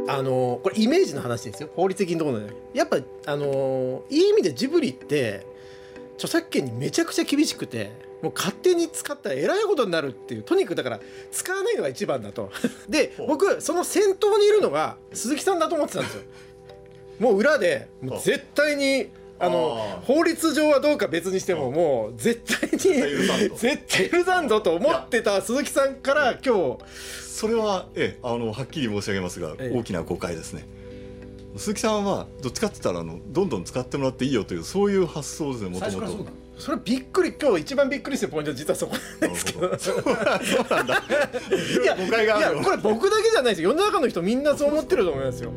これイメージの話ですよ、法律的なところで。やっぱいい意味でジブリって著作権にめちゃくちゃ厳しくて、もう勝手に使ったらえらいことになるっていう、とにかくだから使わないのが一番だと。で僕その先頭にいるのが鈴木さんだと思ってたんですよ。もう裏でもう絶対に法律上はどうか別にしても、もう絶対許さんぞと思ってた鈴木さんから今日。 それははっきり申し上げますが、大きな誤解ですね。鈴木さんはどっちかって言ったらどんどん使ってもらっていいよという、そういう発想ですね、もともと。 それびっくり、今日一番びっくりしてるポイントは実はそこなんですけど。そうなんだ。いや誤解がある。いやこれ僕だけじゃないですよ、世の中の人みんなそう思ってると思いますよ。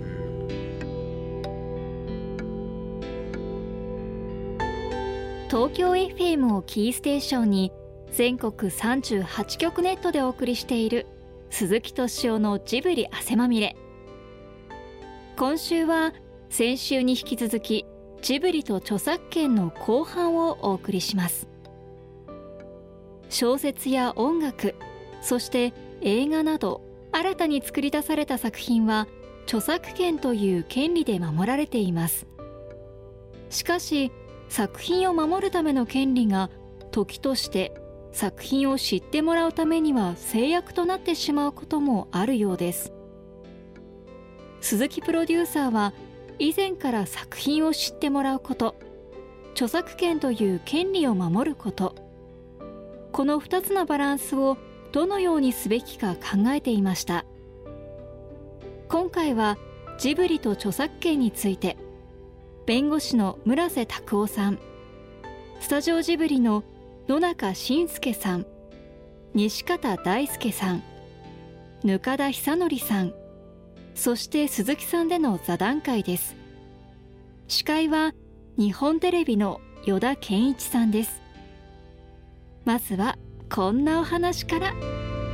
東京 FM をキーステーションに全国38局ネットでお送りしている鈴木敏夫のジブリ汗まみれ。今週は先週に引き続きジブリと著作権の後半をお送りします。小説や音楽、そして映画など新たに作り出された作品は著作権という権利で守られています。しかし作品を守るための権利が時として作品を知ってもらうためには制約となってしまうこともあるようです。鈴木プロデューサーは以前から作品を知ってもらうこと、著作権という権利を守ること、この2つのバランスをどのようにすべきか考えていました。今回はジブリと著作権について、弁護士の村瀬拓夫さん、スタジオジブリの野中伸介さん、西方大輔さん、額田久典さん、そして鈴木さんでの座談会です。司会は日本テレビの依田健一さんです。まずはこんなお話から。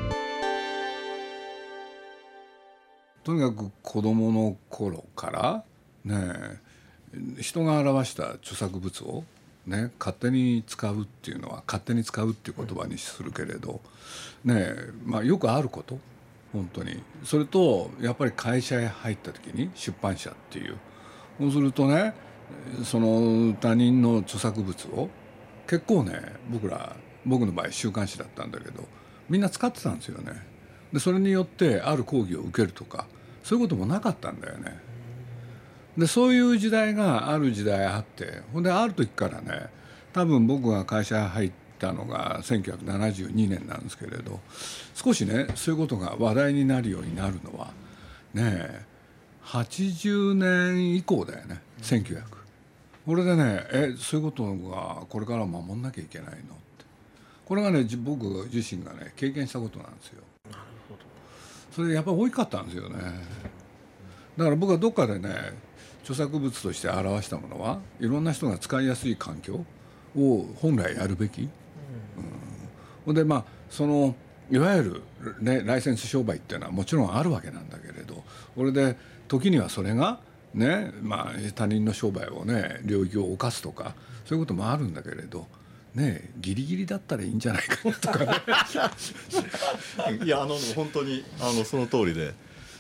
とにかく子どもの頃からね、人が表した著作物をね、勝手に使うっていうのは勝手に使うっていう言葉にするけれどね、よくあること、本当に。それとやっぱり会社へ入った時に出版社っていう、そうするとね、その他人の著作物を結構ね、僕の場合週刊誌だったんだけどみんな使ってたんですよね。でそれによってある講義を受けるとかそういうこともなかったんだよね。でそういう時代がある時代あって、ほんである時からね、多分僕が会社入ったのが1972年なんですけれど、少しねそういうことが話題になるようになるのはね80年以降だよね、1900。これでね、そういうことがこれから守んなきゃいけないのって、これがね僕自身がね経験したことなんですよ。なるほど。それやっぱり大きかったんですよね。だから僕はどっかでね、著作物として表したものはいろんな人が使いやすい環境を本来やるべき。でそのいわゆる、ね、ライセンス商売っていうのはもちろんあるわけなんだけれど、これで時にはそれがね、他人の商売をね領域を侵すとかそういうこともあるんだけれどね、ギリギリだったらいいんじゃないかなとかね。 いや本当にその通りで、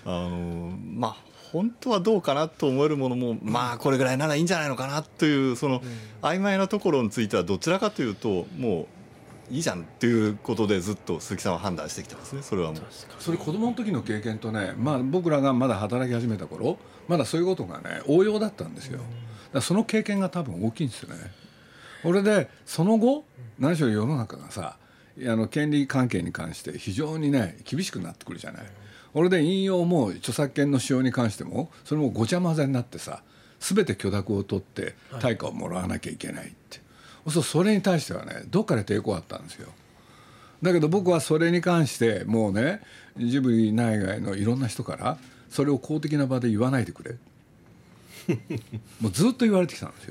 本当はどうかなと思えるものもこれぐらいならいいんじゃないのかなという、その曖昧なところについてはどちらかというともういいじゃんっていうことでずっと鈴木さんは判断してきてますね。それはもうそれ子供の時の経験とね、僕らがまだ働き始めた頃まだそういうことがね応用だったんですよ。だからその経験が多分大きいんですよね。これでその後何しろ世の中がさ、権利関係に関して非常にね厳しくなってくるじゃない。これで引用も著作権の使用に関してもそれもごちゃ混ぜになってさ、全て許諾を取って対価をもらわなきゃいけないって、それに対してはねどっかで抵抗あったんですよ。だけど僕はそれに関してもうね、ジブリ内外のいろんな人からそれを公的な場で言わないでくれもうずっと言われてきたんですよ。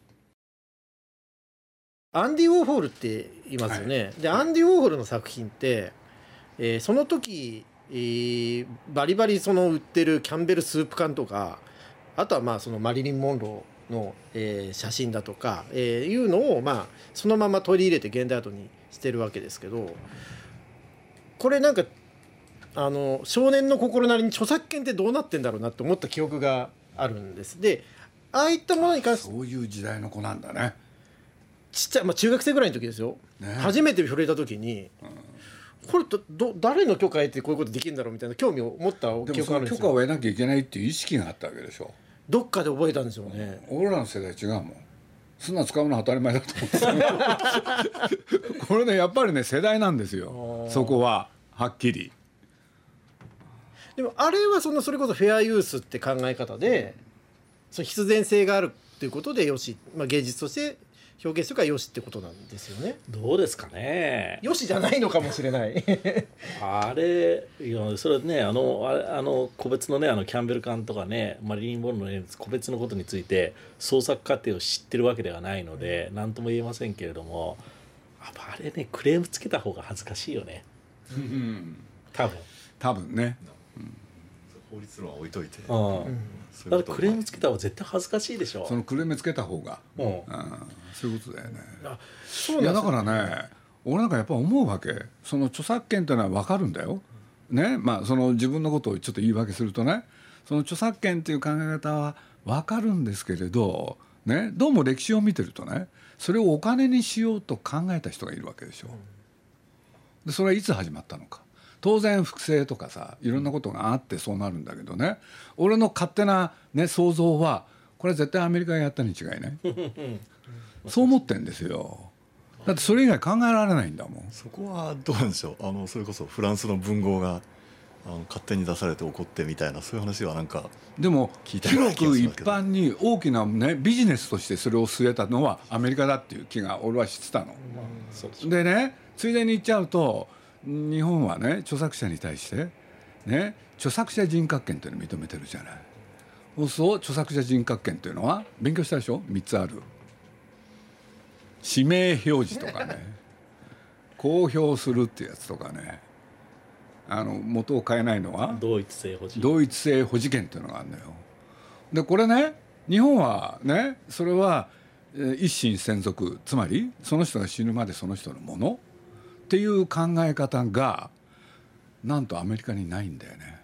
アンディ・ウォーホルって言いますよね。でアンディ・ウォーホルの作品って、その時バリバリその売ってるキャンベルスープ缶とか、あとはそのマリリン・モンローの、写真だとか、いうのをそのまま取り入れて現代アートにしてるわけですけど、これなんか少年の心なりに著作権ってどうなってんだろうなって思った記憶があるんです。でああいったものに関してそういう時代の子なんだね。 ちっちゃい、中学生ぐらいの時ですよ、 ね、 初めて触れた時に、これ誰の許可得てこういうことできるんだろうみたいな興味を持った記憶があるんですよ。 でもその許可を得なきゃいけないっていう意識があったわけでしょ。 どっかで覚えたんですよね。 俺らの世代違うもん。そんな使うのは当たり前だと思ってこれねやっぱりね世代なんですよ、そこははっきり。 でもあれはそれこそフェアユースって考え方で、その必然性があるっていうことでよし、芸術として表現するからよしってことなんですよね。 どうですかね。 よしじゃないのかもしれないあれいやそれね個別のねキャンベル監とかねマリリン・ボンの、ね、個別のことについて創作過程を知ってるわけではないので何とも言えませんけれども、あれねクレームつけた方が恥ずかしいよね多分ね、 法律論は置いといて、 だからクレームつけた方が絶対恥ずかしいでしょ。 そのクレームつけた方が、そういうことだよね。 そういやだからね俺なんかやっぱ思うわけ。その著作権っていうのは分かるんだよね。その自分のことをちょっと言い訳するとね、その著作権っていう考え方は分かるんですけれどね、どうも歴史を見てるとねそれをお金にしようと考えた人がいるわけでしょ。でそれはいつ始まったのか。当然複製とかさいろんなことがあってそうなるんだけどね、俺の勝手な、想像はこれは絶対アメリカがやったに違いないそう思ってんですよ。だってそれ以外考えられないんだもん。 そこはどうなんでしょう。それこそフランスの文豪が勝手に出されて怒ってみたいなそういう話はなんかでも聞いたような広気がするく一般に大きな、ビジネスとしてそれを据えたのはアメリカだっていう気が俺は知ってたの。でねついでに言っちゃうと日本はね著作者に対してね著作者人格権というのを認めてるじゃない。そう著作者人格権というのは勉強したでしょ。3つある。氏名表示とかね公表するってやつとかね、元を変えないのは同一性保持権というのがあるのよ。でこれね日本はねそれは一心専属、つまりその人が死ぬまでその人のものっていう考え方がなんとアメリカにないんだよね。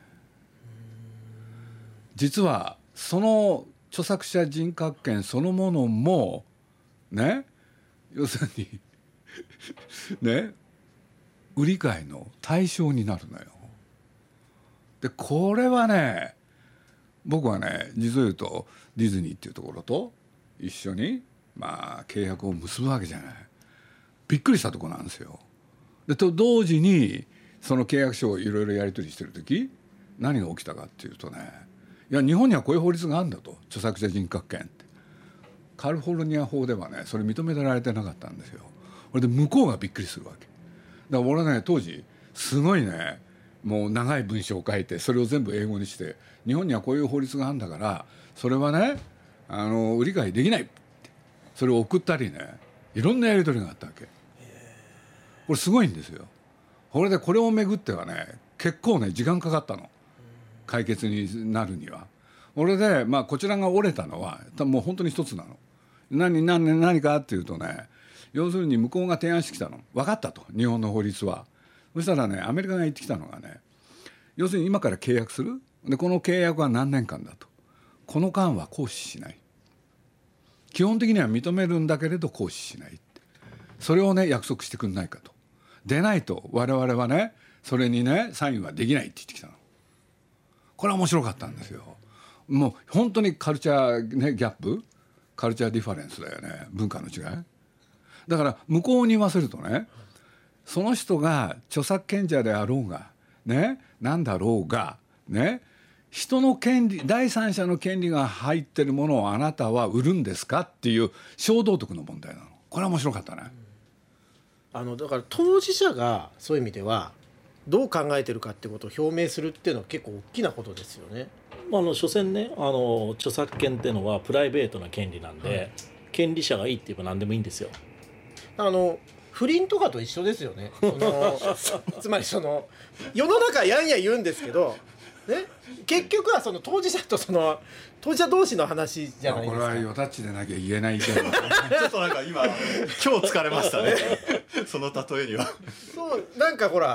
実はその著作者人格権そのものもね要するにね売り買いの対象になるのよ。でこれはね僕はね実を言うとディズニーっていうところと一緒に契約を結ぶわけじゃない。びっくりしたところなんですよ。でと同時にその契約書をいろいろやり取りしてる時何が起きたかっていうとね、いや日本にはこういう法律があるんだと、著作者人格権ってカリフォルニア法ではねそれ認められてなかったんですよ。それで向こうがびっくりするわけだから俺ね当時すごいねもう長い文章を書いてそれを全部英語にして日本にはこういう法律があるんだからそれはね売り買いできないってそれを送ったりねいろんなやり取りがあったわけ。これすごいんですよ。これをめぐってはね結構ね時間かかったの解決になるには。俺でこちらが折れたのはもう本当に一つなの。何かっていうとね要するに向こうが提案してきたの分かったと日本の法律は。そしたらねアメリカが言ってきたのがね要するに今から契約するでこの契約は何年間だとこの間は行使しない基本的には認めるんだけれど行使しないってそれをね約束してくんないかと。でないと我々はねそれにねサインはできないって言ってきたの。これは面白かったんですよ。もう本当にカルチャー、ギャップカルチャーディファレンスだよね文化の違いだから向こうに言わせるとねその人が著作権者であろうがねなんだろうがね人の権利第三者の権利が入ってるものをあなたは売るんですかっていう小道徳の問題なの。これは面白かったね。 だから当事者がそういう意味ではどう考えてるかってことを表明するっていうのは結構大きなことですよね。 所詮ね著作権っていうのはプライベートな権利なんで、権利者がいいって言えば何でもいいんですよ。 不倫とかと一緒ですよね。つまり世の中やんや言うんですけど、ね、結局はその当事者と当事者同士の話じゃないですか。 これはよタッチでなきゃ言えないけどちょっとなんか今日疲れましたねその例えには。 そうなんかほら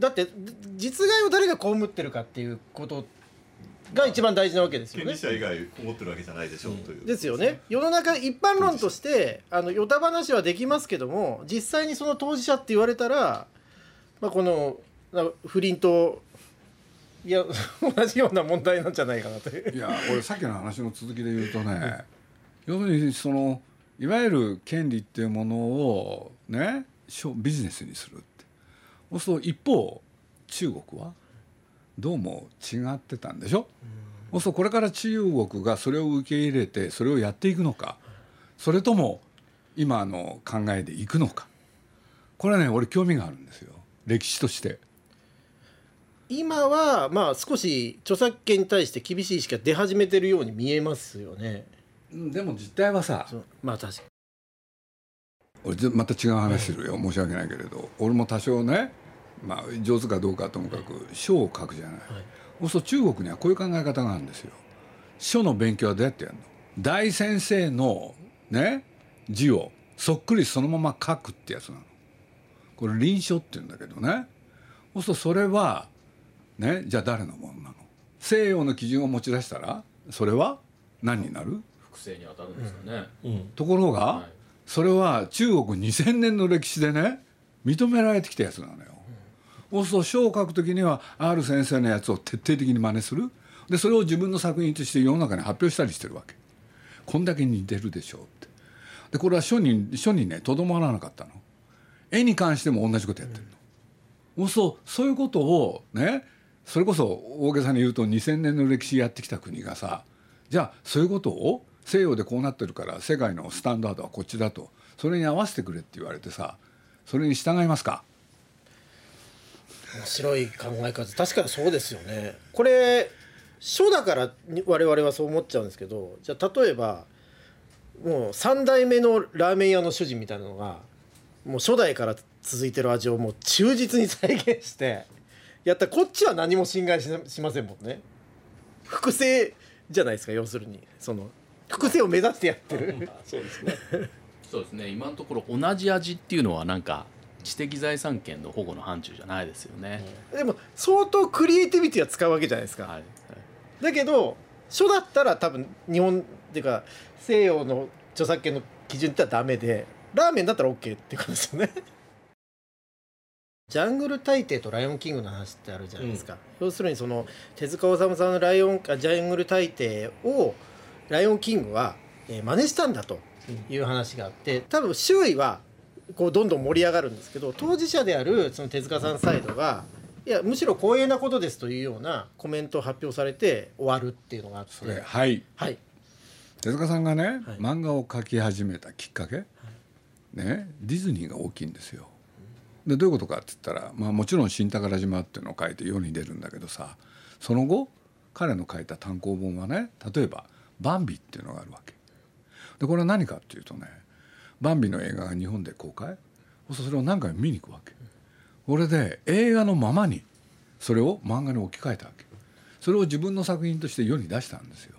だって実害を誰が被ってるかっていうことが一番大事なわけですよね。 権利者以外こもってるわけじゃないでしょうという。 ですよね。世の中一般論として与太話はできますけども、実際にその当事者って言われたら、まあ、この不倫といや同じような問題なんじゃないかなという。 いや俺さっきの話の続きで言うとね、要するにそのいわゆる権利っていうものをねビジネスにするって、そうすると一方中国はどうも違ってたんでしょ。そうするとこれから中国がそれを受け入れてそれをやっていくのか、それとも今の考えでいくのか、これはね俺興味があるんですよ、歴史として。 今はまあ少し著作権に対して厳しい意識が出始めてるように見えますよね。 でも実態はさ、 まあ確かに俺また違う話するよ、申し訳ないけれど、俺も多少ね、まあ、上手かどうかともかく書を書くじゃない、そうすると中国にはこういう考え方があるんですよ。書の勉強はどうやってやるの？大先生のね字をそっくりそのまま書くってやつなの。これ臨書って言うんだけどね。そうするとそれはね、じゃあ誰のものなの？西洋の基準を持ち出したらそれは何になる？ 複製に当たるんですかね、 ところが、はい、それは中国2000年の歴史でね認められてきたやつなのよ。そうすると書を書くときにはある先生のやつを徹底的に真似する。でそれを自分の作品として世の中に発表したりしてるわけ。こんだけ似てるでしょうって。でこれは書にねとどまらなかったの。絵に関しても同じことやってるの。そういうことをね、それこそ大げさに言うと2000年の歴史やってきた国がさ、じゃあそういうことを西洋でこうなってるから世界のスタンダードはこっちだと、それに合わせてくれって言われてさ、それに従いますか？ 面白い考え方、確かにそうですよね。これ書だから我々はそう思っちゃうんですけど、じゃあ例えばもう3代目のラーメン屋の主人みたいなのがもう初代から続いてる味をもう忠実に再現してやったら、こっちは何も侵害しませんもんね。複製じゃないですか。要するにその複製を目指してやってるそうですねそうですね。今のところ同じ味っていうのはなんか知的財産権の保護の範疇じゃないですよね、 でも相当クリエイティビティは使うわけじゃないですか、 はいはい、 だけど書だったら多分日本っていうか西洋の著作権の基準ってはダメで、ラーメンだったら OK っていうことですよねジャングル大帝とライオンキングの話ってあるじゃないですか、要するにその手塚治虫さんのジャングル大帝をライオンキングは真似したんだという話があって、多分周囲はこうどんどん盛り上がるんですけど、当事者であるその手塚さんサイドがいやむしろ光栄なことですというようなコメントを発表されて終わるっていうのがあって、 それはい、はい、手塚さんがね、漫画を描き始めたきっかけ、ね、ディズニーが大きいんですよ。でどういうことかって言ったら、まあ、もちろん新宝島っていうのを書いて世に出るんだけどさ、その後彼の書いた単行本はね、例えばバンビっていうのがあるわけで、これは何かっていうとね、バンビの映画が日本で公開、それを何回も見に行くわけ。これで映画のままにそれを漫画に置き換えたわけ。それを自分の作品として世に出したんですよ。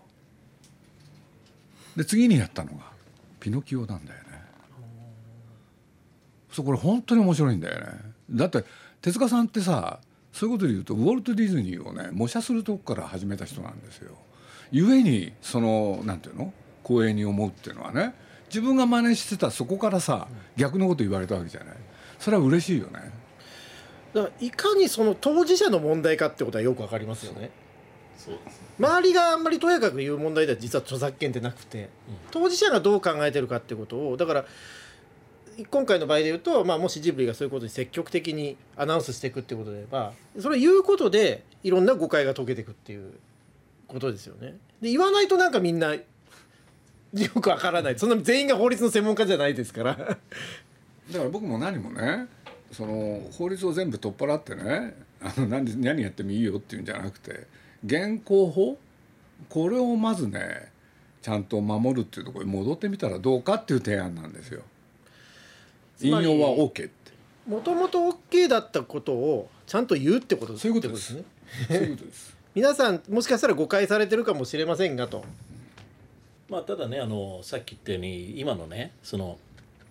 で次にやったのがピノキオなんだよね。これ本当に面白いんだよね。だって手塚さんってさ、そういうことで言うとウォルト・ディズニーをね模写するとこから始めた人なんですよ。ゆえにそのなんていうの、光栄に思うっていうのはね、自分が真似してたそこからさ逆のこと言われたわけじゃない。それは嬉しいよね。 だからいかにその当事者の問題かってことはよくわかりますよね。 そうですね。 周りがあんまりとやかく言う問題では実は著作権ってなくて、当事者がどう考えてるかってことを、だから今回の場合で言うと、まあ、もしジブリがそういうことに積極的にアナウンスしていくってことであれば、それを言うことでいろんな誤解が解けていくっていうことですよね。で言わないとなんかみんなよくわからない。そんな全員が法律の専門家じゃないですからだから僕も何もね、その法律を全部取っ払ってね、何やってもいいよっていうんじゃなくて、現行法これをまずねちゃんと守るっていうところに戻ってみたらどうかっていう提案なんですよ。引用は OK って、 もともと OK だったことをちゃんと言うってことそういうことです。 ねそういうことです皆さんもしかしたら誤解されてるかもしれませんがと。 まあ、ただね、さっき言ったように今のね、その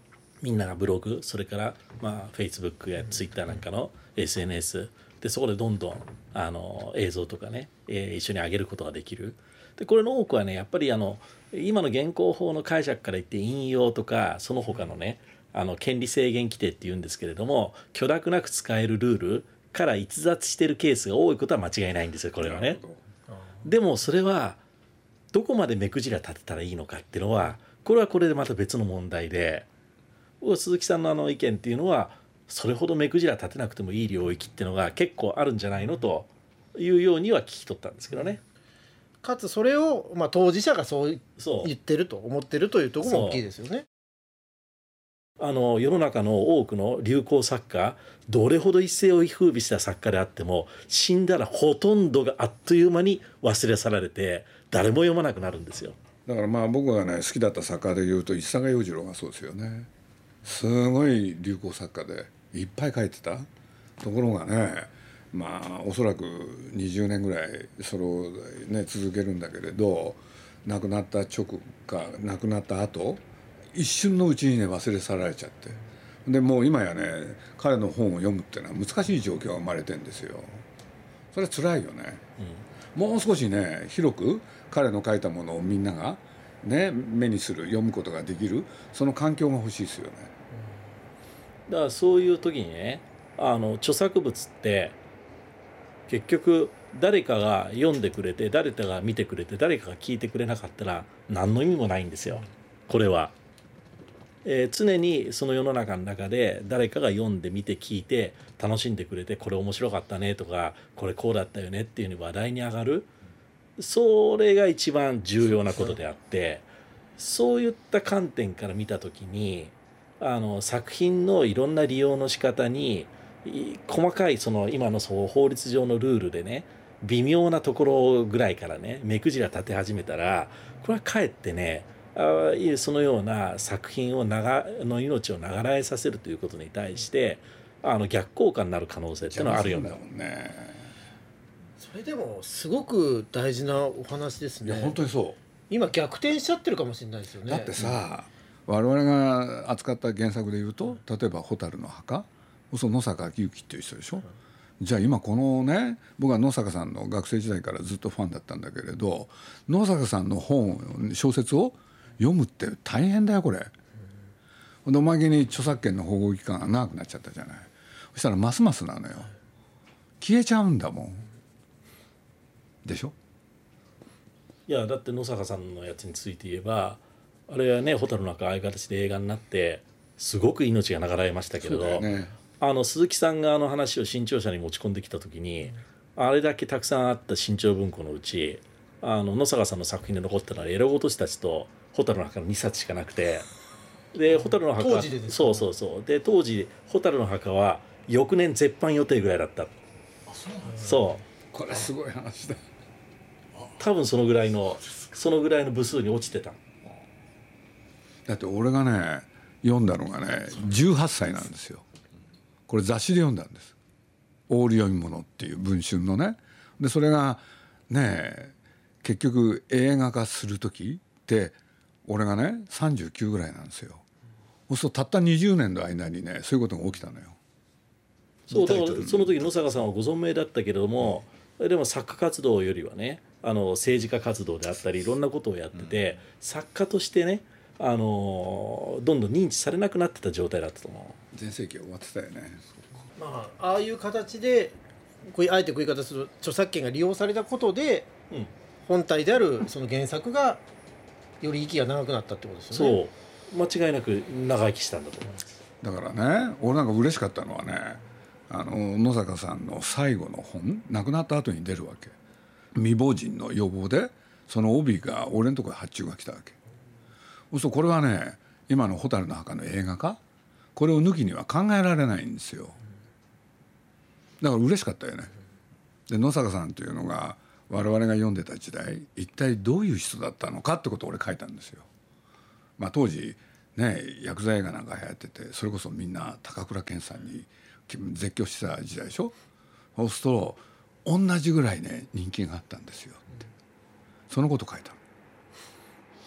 みんながブログ、それからまあ Facebook や Twitter なんかの SNS で、そこでどんどん映像とかね、一緒に上げることができる。でこれの多くはねやっぱり今の現行法の解釈から言って引用とかその他のね権利制限規定っていうんですけれども、許諾なく使えるルールから逸脱しているケースが多いことは間違いないんですよ、これはね。でもそれはどこまで目くじら立てたらいいのかっていうのは、これはこれでまた別の問題で、鈴木さんの意見っていうのはそれほど目くじら立てなくてもいい領域っていうのが結構あるんじゃないのというようには聞き取ったんですけどね。 かつそれを、まあ、当事者がそう言ってると思ってるというところも大きいですよね。 世の中の多くの流行作家、どれほど一世を風靡した作家であっても死んだらほとんどがあっという間に忘れ去られて誰も読まなくなるんですよ。 だからまあ僕がね好きだった作家でいうと石坂洋次郎がそうですよね。すごい流行作家でいっぱい書いてたところがね、まあおそらく20年ぐらいそれをね続けるんだけれど、亡くなった直後か亡くなった後一瞬のうちにね忘れ去られちゃって、でもう今やね彼の本を読むっていうのは難しい状況が生まれてんですよ。それは辛いよね、もう少しね広く彼の書いたものをみんながね目にする、読むことができる、その環境が欲しいですよね。 だからそういう時にね著作物って結局誰かが読んでくれて誰かが見てくれて誰かが聞いてくれなかったら何の意味もないんですよ、これは。常にその世の中の中で誰かが読んで見て聞いて楽しんでくれて、これ面白かったねとかこれこうだったよねっていうふうに話題に上がる、それが一番重要なことであって、そういった観点から見た時に作品のいろんな利用の仕方に細かいその今の法律上のルールでね微妙なところぐらいからね目くじら立て始めたら、これはかえってねそのような作品をの命を長らえさせるということに対して逆効果になる可能性っていうのはあるよね。 それでもすごく大事なお話ですね。 いや本当にそう。 今逆転しちゃってるかもしれないですよね。 だってさ、我々が扱った原作でいうと、例えば「蛍の墓」、野坂昭之っていう人でしょ、じゃあ今このね、僕は野坂さんの学生時代からずっとファンだったんだけれど、野坂さんの小説を読むって大変だよこれ。おまけに著作権の保護期間が長くなっちゃったじゃない。そしたらますますなのよ、消えちゃうんだもんでしょ。 いやだって野坂さんのやつについて言えば、あれはね蛍の墓ああいう形で映画になってすごく命が流れましたけれど、 ね、 鈴木さんが話を新潮社に持ち込んできた時に、あれだけたくさんあった新潮文庫のうち野坂さんの作品で残ったのはエロゴトシたちと蛍の墓の2冊しかなくて、で蛍の墓当時でですか。 そうそうそう、で当時蛍の墓は翌年絶版予定ぐらいだった。そうこれすごい話だ。 多分そのぐらいの部数に落ちてた。 だって俺がね読んだのがね18歳なんですよ。これ雑誌で読んだんです。オール読み物っていう文春のね。でそれがね結局映画化する時って俺がね39ぐらいなんですよ。そうするとたった20年の間にねそういうことが起きたのよ。 そうだからその時野坂さんはご存命だったけれども、でも作家活動よりはね政治家活動であったりいろんなことをやってて、作家としてねどんどん認知されなくなってた状態だったと思う。 全盛期は終わってたよね。 まあ、ああいう形であえてこういう言い方すると著作権が利用されたことで、本体であるその原作がより息が長くなったってことですよね。 そう間違いなく長生きしたんだと思います。 だからね俺なんか嬉しかったのはね野坂さんの最後の本亡くなった後に出るわけ。未亡人の要望でその帯が俺のところに発注が来たわけ。そうするとこれはね今の蛍の墓の映画化、これを抜きには考えられないんですよ。だから嬉しかったよね。で野坂さんというのが我々が読んでた時代一体どういう人だったのかってことを俺書いたんですよ。まあ当時ねヤクザ映画なんか流行ってて、それこそみんな高倉健さんに絶叫してた時代でしょ。そうすると同じぐらいね人気があったんですよって、そのこと書いたの。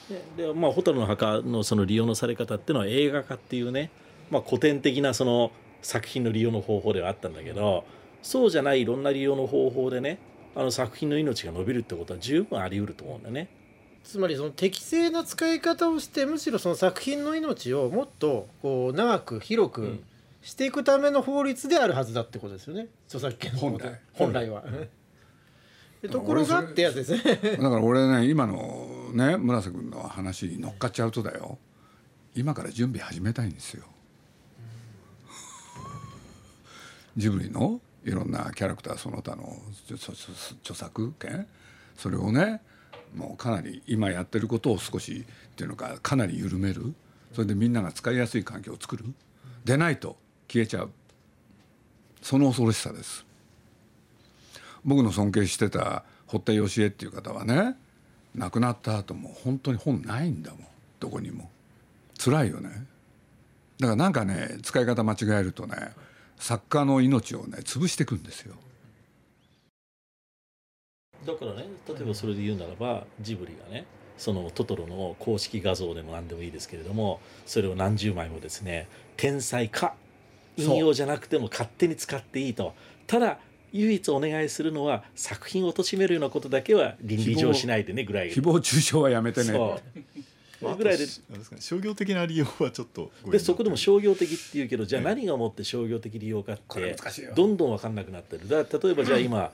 でまあ蛍の墓のその利用のされ方っていうのは映画化っていうね、まあ、古典的なその作品の利用の方法ではあったんだけど、そうじゃないいろんな利用の方法でね、作品の命が伸びるってことは十分あり得ると思うんだよね。 つまりその適正な使い方をして、むしろその作品の命をもっとこう長く広くしていくための法律であるはずだってことですよね、著作権の本来は。でところがってやつですね。 だから俺ね、今のね村瀬君の話に乗っかっちゃうとだよ、今から準備始めたいんですよ。ジブリのいろんなキャラクターその他の著作権、それをねもうかなり今やってることを少しっていうのかかなり緩める、それでみんなが使いやすい環境を作る、でないと消えちゃう、その恐ろしさです。僕の尊敬してた堀田芳恵っていう方はね、亡くなった後も本当に本ないんだもん、どこにも。辛いよね。だからなんかね使い方間違えるとね作家の命をね潰していくんですよ。 だからね、例えばそれで言うならばジブリがねそのトトロの公式画像でも何でもいいですけれども、それを何十枚もですね天才か引用じゃなくても勝手に使っていいと、ただ唯一お願いするのは作品を貶めるようなことだけは倫理上しないでねぐらい。 誹謗中傷はやめてね。 ぐらいで商業的な利用はちょっとで、そこでも商業的っていうけど、じゃあ何がもって商業的利用かってどんどん分かんなくなってる。だから例えばじゃあ今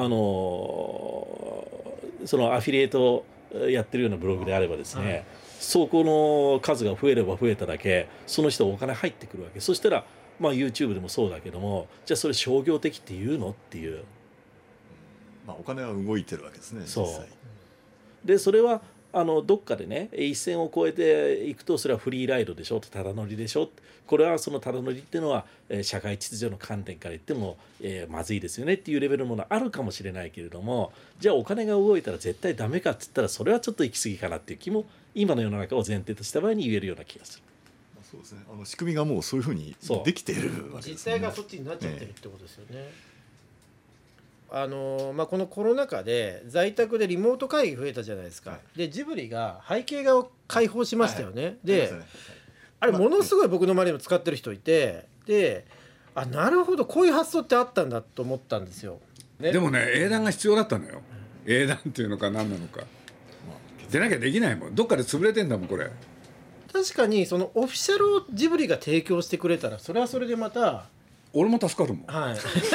そのアフィリエイトやってるようなブログであればですね、そこの数が増えれば増えただけその人お金入ってくるわけ。そしたらまあ YouTube でもそうだけども、じゃあそれ商業的っていうのっていう、 まあお金は動いてるわけですね。 そう実際でそれはどっかでね一線を越えていくとそれはフリーライドでしょ、ただ乗りでしょ。これはそのただ乗りっていうのは社会秩序の観点から言ってもまずいですよねっていうレベルのものあるかもしれないけれども、じゃあお金が動いたら絶対ダメかっつったらそれはちょっと行き過ぎかなっていう気も今の世の中を前提とした場合に言えるような気がする。 そうですね、仕組みがもうそういうふうにできているわけですね。 実際がそっちになっちゃってるってことですよね。このコロナ禍で在宅でリモート会議増えたじゃないですか。でジブリが背景画を開放しましたよね。であれものすごい僕の周りでも使ってる人いて、でなるほどこういう発想ってあったんだと思ったんですよ、ね、 でもね英断が必要だったのよ。英断っていうのか何なのかでなきゃできないもん。どっかで潰れてんだもんこれ。 確かにそのオフィシャルをジブリが提供してくれたらそれはそれでまた俺も助かるもん。 はい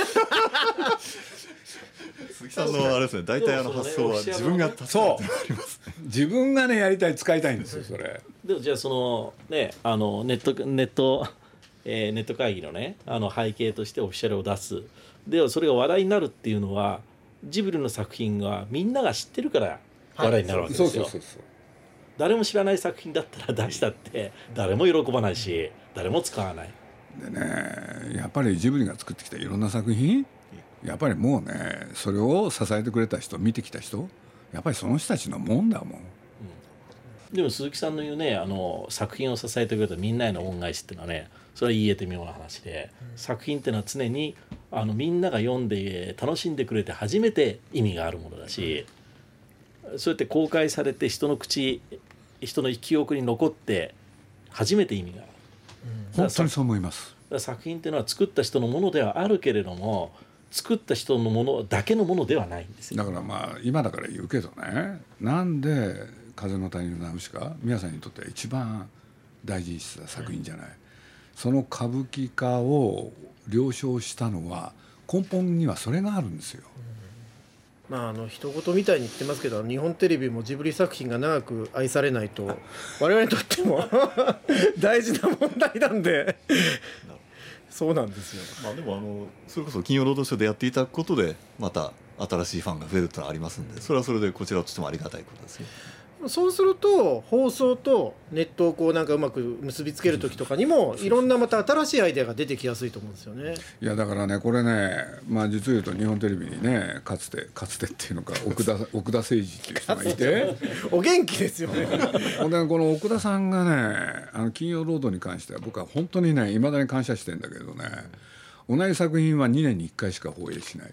鈴木さんのあれですね、大体発想は自分が助かるってありますね。 自分がねやりたい使いたいんですよそれ。 でもじゃあそのねネット会議のね背景としてオフィシャルを出す、でそれが話題になるっていうのはジブリの作品はみんなが知ってるから話題になるわけですよ。誰も知らない作品だったら出したって誰も喜ばないし誰も使わない。 でねやっぱりジブリが作ってきたいろんな作品、やっぱりもうねそれを支えてくれた人見てきた人、やっぱりその人たちのもんだもん。 でも鈴木さんの言うね作品を支えてくれたみんなへの恩返しっていうのはね、それは言えて妙な話で、作品っていうのは常にみんなが読んで楽しんでくれて初めて意味があるものだし、そうやって公開されて人の記憶に残って初めて意味がある。 本当にそう思います。 作品っていうのは作った人のものではあるけれども作った人のものだけのものではないんですよ。 だからまあ今だから言うけどね、なんで風の谷のナウシカ皆さんにとっては一番大事にしてた作品じゃない、その歌舞伎化を了承したのは根本にはそれがあるんですよ。 一言みたいに言ってますけど、日本テレビもジブリ作品が長く愛されないと我々にとっても大事な問題なんでそうなんですよ。 でもそれこそ金曜ロードショーでやっていただくことでまた新しいファンが増えるというのはありますんで、それはそれでこちらとしてもありがたいことですよ。 そうすると放送とネットをなんかうまく結びつける時とかにもいろんなまた新しいアイデアが出てきやすいと思うんですよね。 いやだからねこれね、実を言うと日本テレビにねかつてっていうのか奥田誠二っていう人がいてお元気ですよね。 ほんでこの奥田さんがね金曜ロードに関しては僕は本当にねいまだに感謝してるんだけどね、同じ作品は2年に1回しか放映しない、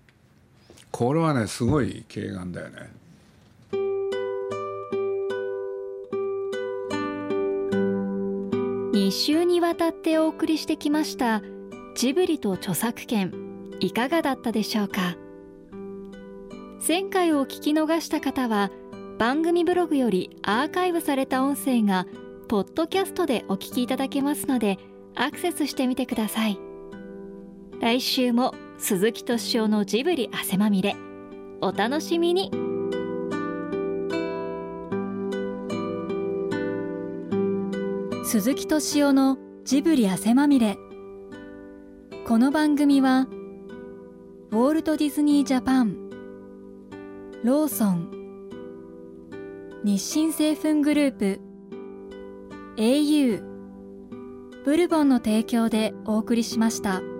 これはねすごい敬願だよね。 2週にわたってお送りしてきましたジブリと著作権、いかがだったでしょうか。前回を聞き逃した方は番組ブログよりアーカイブされた音声がポッドキャストでお聞きいただけますのでアクセスしてみてください。来週も鈴木敏夫のジブリ汗まみれ、お楽しみに。鈴木敏夫のジブリ汗まみれ。この番組はウォルト・ディズニー・ジャパン、ローソン、日清製粉グループ、au、ブルボンの提供でお送りしました。